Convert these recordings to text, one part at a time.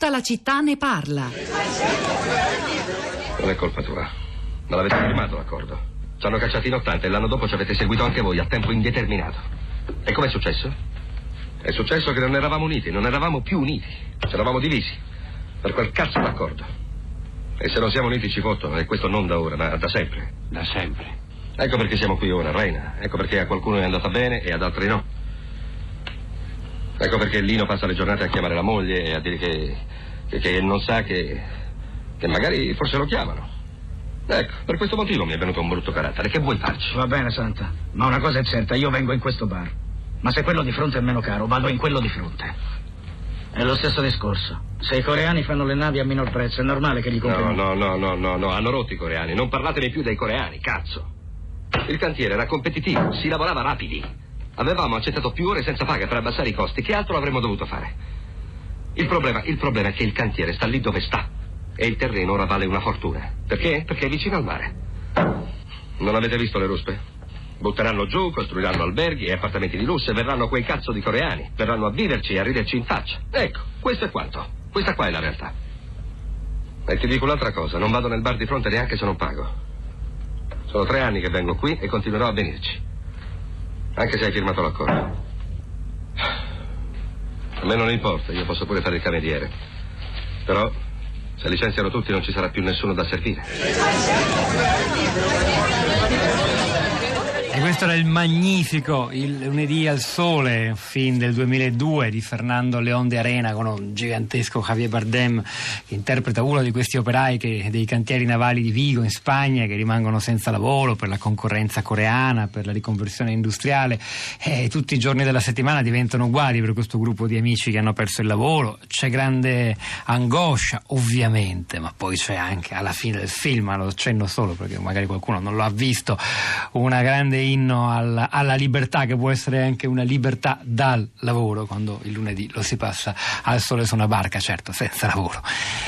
Tutta la città ne parla. Non è colpa tua, ma l'avete firmato l'accordo. Ci hanno cacciati in 80 e l'anno dopo ci avete seguito anche voi a tempo indeterminato. E com'è successo? È successo che non eravamo uniti, non eravamo più uniti. Ci eravamo divisi per quel cazzo d'accordo. E se non siamo uniti ci fottono, e questo non da ora, ma da sempre. Da sempre. Ecco perché siamo qui ora, Reina. Ecco perché a qualcuno è andata bene e ad altri no. Ecco perché Lino passa le giornate a chiamare la moglie e a dire che non sa che magari forse lo chiamano. Ecco, per questo motivo mi è venuto un brutto carattere. Che vuoi farci? Va bene, Santa, ma una cosa è certa, io vengo in questo bar. Ma se quello di fronte è meno caro, vado in quello di fronte. È lo stesso discorso. Se i coreani fanno le navi a minor prezzo, è normale che li comprino. No, hanno rotto i coreani. Non parlatemi più dei coreani, cazzo. Il cantiere era competitivo, si lavorava rapidi. Avevamo accettato più ore senza paga per abbassare i costi. Che altro avremmo dovuto fare? Il problema è che il cantiere sta lì dove sta. E il terreno ora vale una fortuna. Perché? Perché è vicino al mare. Non avete visto le ruspe? Butteranno giù, costruiranno alberghi e appartamenti di lusso e verranno quei cazzo di coreani. Verranno a viverci e a riderci in faccia. Ecco, questo è quanto. Questa qua è la realtà. E ti dico un'altra cosa, non vado nel bar di fronte neanche se non pago. Sono 3 anni che vengo qui e continuerò a venirci. Anche se hai firmato l'accordo. A me non importa, io posso pure fare il cameriere. Però, se licenziano tutti non ci sarà più nessuno da servire. E questo era il Magnifico, il lunedì al sole, film del 2002 di Fernando León de Arena con un gigantesco Javier Bardem che interpreta uno di questi operai dei cantieri navali di Vigo in Spagna che rimangono senza lavoro per la concorrenza coreana, per la riconversione industriale, e tutti i giorni della settimana diventano uguali per questo gruppo di amici che hanno perso il lavoro. C'è grande angoscia ovviamente, ma poi c'è anche alla fine del film, lo accenno solo perché magari qualcuno non lo ha visto, una grande inno alla libertà, che può essere anche una libertà dal lavoro, quando il lunedì lo si passa al sole su una barca, certo, senza lavoro.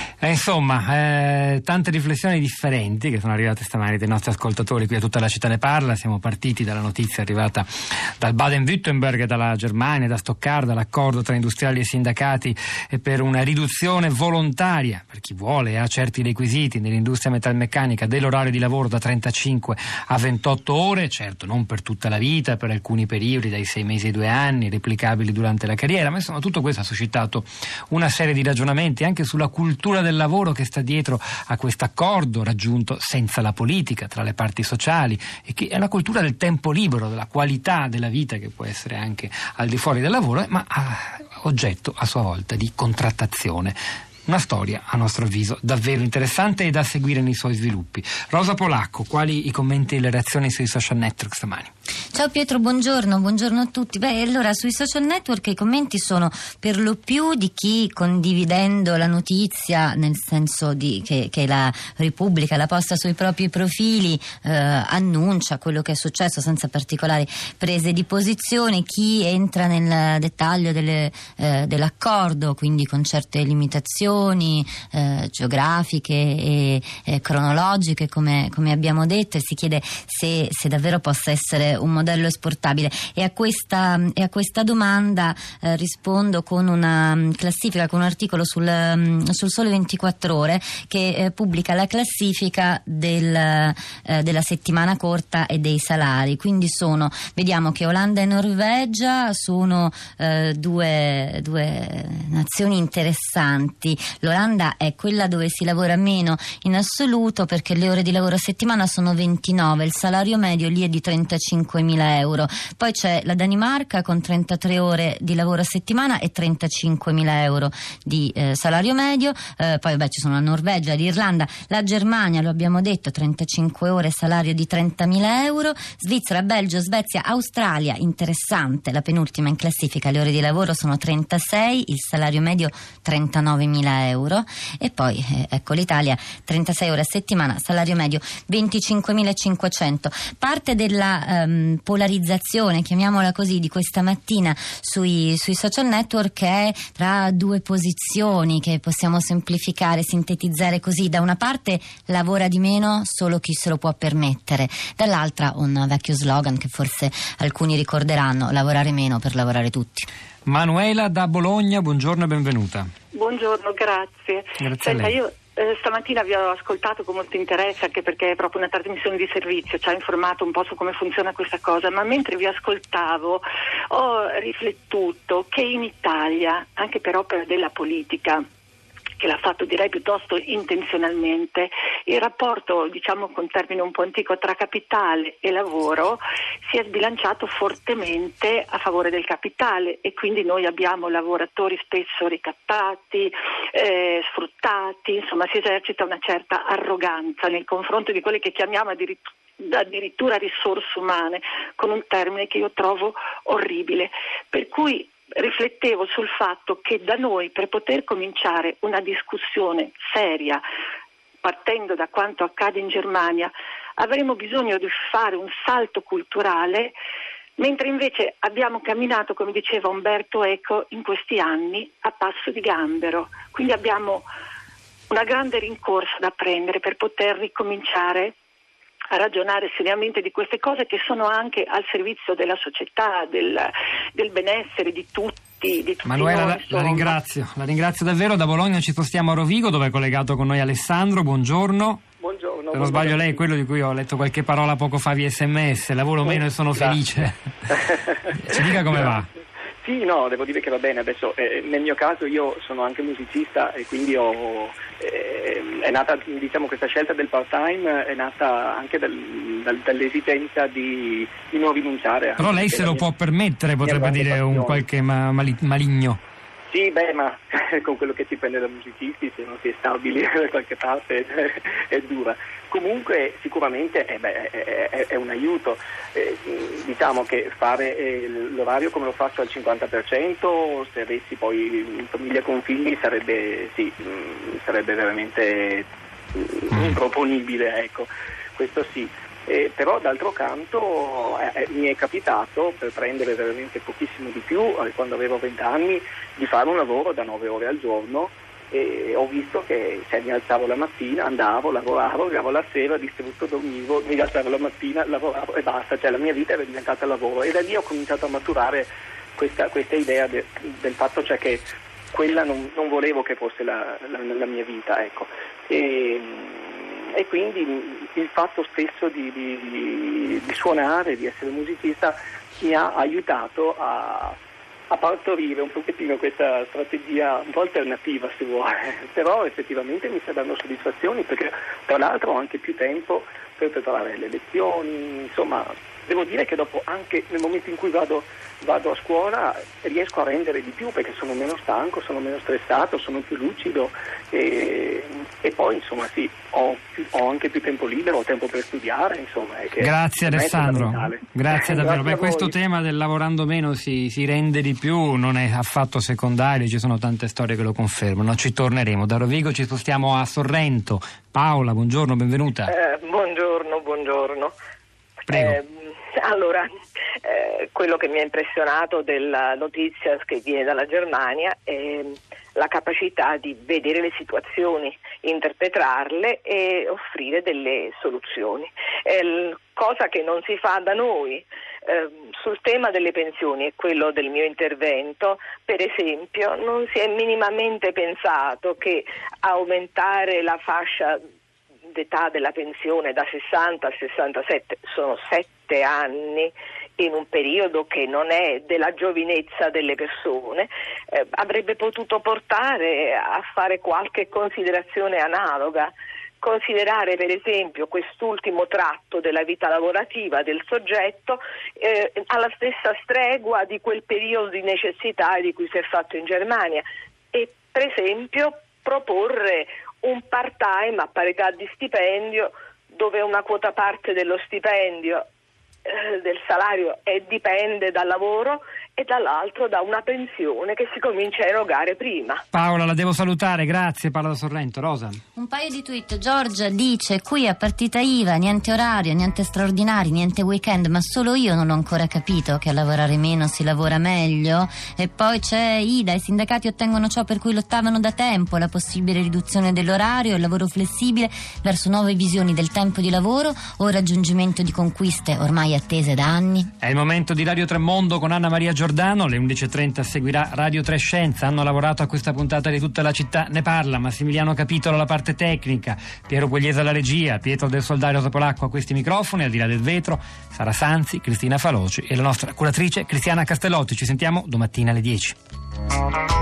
Insomma, tante riflessioni differenti che sono arrivate stamani dai nostri ascoltatori qui a Tutta la città ne parla. Siamo partiti dalla notizia arrivata dal Baden-Württemberg, dalla Germania, da Stoccarda, l'accordo tra industriali e sindacati per una riduzione volontaria per chi vuole e ha certi requisiti nell'industria metalmeccanica dell'orario di lavoro da 35 a 28 ore, certo non per tutta la vita, per alcuni periodi dai 6 mesi ai 2 anni, replicabili durante la carriera, ma insomma tutto questo ha suscitato una serie di ragionamenti anche sulla cultura del lavoro che sta dietro a questo accordo raggiunto senza la politica, tra le parti sociali, e che è la cultura del tempo libero, della qualità della vita che può essere anche al di fuori del lavoro, ma oggetto a sua volta di contrattazione. Una storia, a nostro avviso, davvero interessante e da seguire nei suoi sviluppi. Rosa Polacco, quali i commenti e le reazioni sui social network stamani? Ciao Pietro, buongiorno a tutti. Allora sui social network i commenti sono per lo più di chi, condividendo la notizia, nel senso di che la Repubblica la posta sui propri profili, annuncia quello che è successo senza particolari prese di posizione, chi entra nel dettaglio dell'accordo, quindi con certe limitazioni geografiche e cronologiche, come abbiamo detto, e si chiede se davvero possa essere un modello esportabile. E a questa domanda rispondo con una classifica, con un articolo sul Sole 24 Ore che pubblica la classifica della settimana corta e dei salari. Quindi vediamo che Olanda e Norvegia sono due nazioni interessanti. L'Olanda è quella dove si lavora meno in assoluto, perché le ore di lavoro a settimana sono 29, il salario medio lì è di 35.000 euro. Poi c'è la Danimarca con 33 ore di lavoro a settimana e 35.000 euro di salario medio. Poi ci sono la Norvegia, l'Irlanda, la Germania, lo abbiamo detto, 35 ore, salario di 30.000 euro. Svizzera, Belgio, Svezia, Australia, interessante, la penultima in classifica, le ore di lavoro sono 36, il salario medio 39.000 euro. E poi ecco l'Italia, 36 ore a settimana, salario medio 25.500. Parte della polarizzazione, chiamiamola così, di questa mattina sui social network è tra due posizioni che possiamo semplificare, sintetizzare così: da una parte lavora di meno solo chi se lo può permettere, dall'altra un vecchio slogan che forse alcuni ricorderanno: lavorare meno per lavorare tutti. Manuela da Bologna, buongiorno e benvenuta. Buongiorno, grazie. Senta, io stamattina vi ho ascoltato con molto interesse, anche perché è proprio una trasmissione di servizio, ci ha informato un po' su come funziona questa cosa, ma mentre vi ascoltavo ho riflettuto che in Italia, anche per opera della politica, che l'ha fatto direi piuttosto intenzionalmente, il rapporto, diciamo con termine un po' antico, tra capitale e lavoro si è sbilanciato fortemente a favore del capitale, e quindi noi abbiamo lavoratori spesso ricattati, sfruttati, insomma si esercita una certa arroganza nei confronti di quelle che chiamiamo addirittura risorse umane, con un termine che io trovo orribile. Per cui riflettevo sul fatto che da noi, per poter cominciare una discussione seria, partendo da quanto accade in Germania, avremo bisogno di fare un salto culturale, mentre invece abbiamo camminato, come diceva Umberto Eco, in questi anni a passo di gambero. Quindi abbiamo una grande rincorsa da prendere per poter ricominciare a ragionare seriamente di queste cose, che sono anche al servizio della società, del benessere di tutti. Manuela, noi, la ringrazio davvero. Da Bologna ci spostiamo a Rovigo, dove è collegato con noi Alessandro. Buongiorno. Buongiorno. Se non sbaglio lei è quello di cui ho letto qualche parola poco fa via SMS, lavoro meno e sono felice. Ci dica come va. Sì, no, devo dire che va bene. Adesso nel mio caso io sono anche musicista e quindi è nata, diciamo, questa scelta del part-time è nata anche dall'esigenza di non rinunciare. Però lei se lo può permettere, potrebbe dire un qualche maligno. Sì, ma con quello che si prende da musicisti, se non si è stabili da qualche parte, è dura. Comunque sicuramente è un aiuto. Diciamo che fare l'orario come lo faccio al 50%, se avessi poi famiglia con figli sarebbe veramente improponibile, ecco, questo sì. Però d'altro canto mi è capitato, per prendere veramente pochissimo di più, quando avevo 20 anni, di fare un lavoro da 9 ore al giorno, e ho visto che mi alzavo la mattina, andavo, lavoravo, arrivavo la sera, distrutto, dormivo, mi alzavo la mattina, lavoravo e basta, cioè la mia vita era diventata lavoro, e da lì ho cominciato a maturare questa idea del fatto, cioè, che quella non volevo che fosse la mia vita, ecco. E quindi il fatto stesso di suonare, di essere musicista, mi ha aiutato a partorire un pochettino questa strategia un po' alternativa, se vuole, però effettivamente mi sta dando soddisfazioni, perché tra l'altro ho anche più tempo per preparare le lezioni, insomma devo dire che dopo, anche nel momento in cui vado a scuola, riesco a rendere di più, perché sono meno stanco, sono meno stressato, sono più lucido, e poi insomma sì, ho anche più tempo libero, ho tempo per studiare, insomma. Grazie Alessandro, grazie davvero. Questo tema del lavorando meno si rende di più non è affatto secondario, ci sono tante storie che lo confermano. Ci torneremo. Da Rovigo ci spostiamo a Sorrento. Paola, buongiorno, benvenuta. Buongiorno. Prego. Allora, quello che mi ha impressionato della notizia che viene dalla Germania è la capacità di vedere le situazioni, interpretarle e offrire delle soluzioni, cosa che non si fa da noi. Sul tema delle pensioni, è quello del mio intervento, per esempio, non si è minimamente pensato che aumentare la fascia d'età della pensione da 60 a 67 sono 7 anni in un periodo che non è della giovinezza delle persone, avrebbe potuto portare a fare qualche considerazione analoga. Considerare per esempio quest'ultimo tratto della vita lavorativa del soggetto alla stessa stregua di quel periodo di necessità di cui si è fatto in Germania, e per esempio proporre un part-time a parità di stipendio, dove una quota parte dello stipendio del salario dipende dal lavoro e dall'altro da una pensione che si comincia a erogare prima. Paola, la devo salutare, grazie. Paola da Sorrento. Rosa. Un paio di tweet. Giorgia dice: qui a partita IVA, niente orario, niente straordinari, niente weekend, ma solo io non ho ancora capito che a lavorare meno si lavora meglio. E poi c'è Ida: i sindacati ottengono ciò per cui lottavano da tempo, la possibile riduzione dell'orario, il lavoro flessibile verso nuove visioni del tempo di lavoro o il raggiungimento di conquiste ormai attese da anni. È il momento di Radio Tremondo con Anna Maria Giordano. Giordano. Alle 11.30 seguirà Radio 3 Scienza. Hanno lavorato a questa puntata di Tutta la città ne parla. Massimiliano Capitolo alla parte tecnica, Piero Pugliese alla regia, Pietro del Soldario Topolacco a questi microfoni, al di là del vetro Sara Sanzi, Cristina Faloci e la nostra curatrice Cristiana Castellotti. Ci sentiamo domattina alle 10.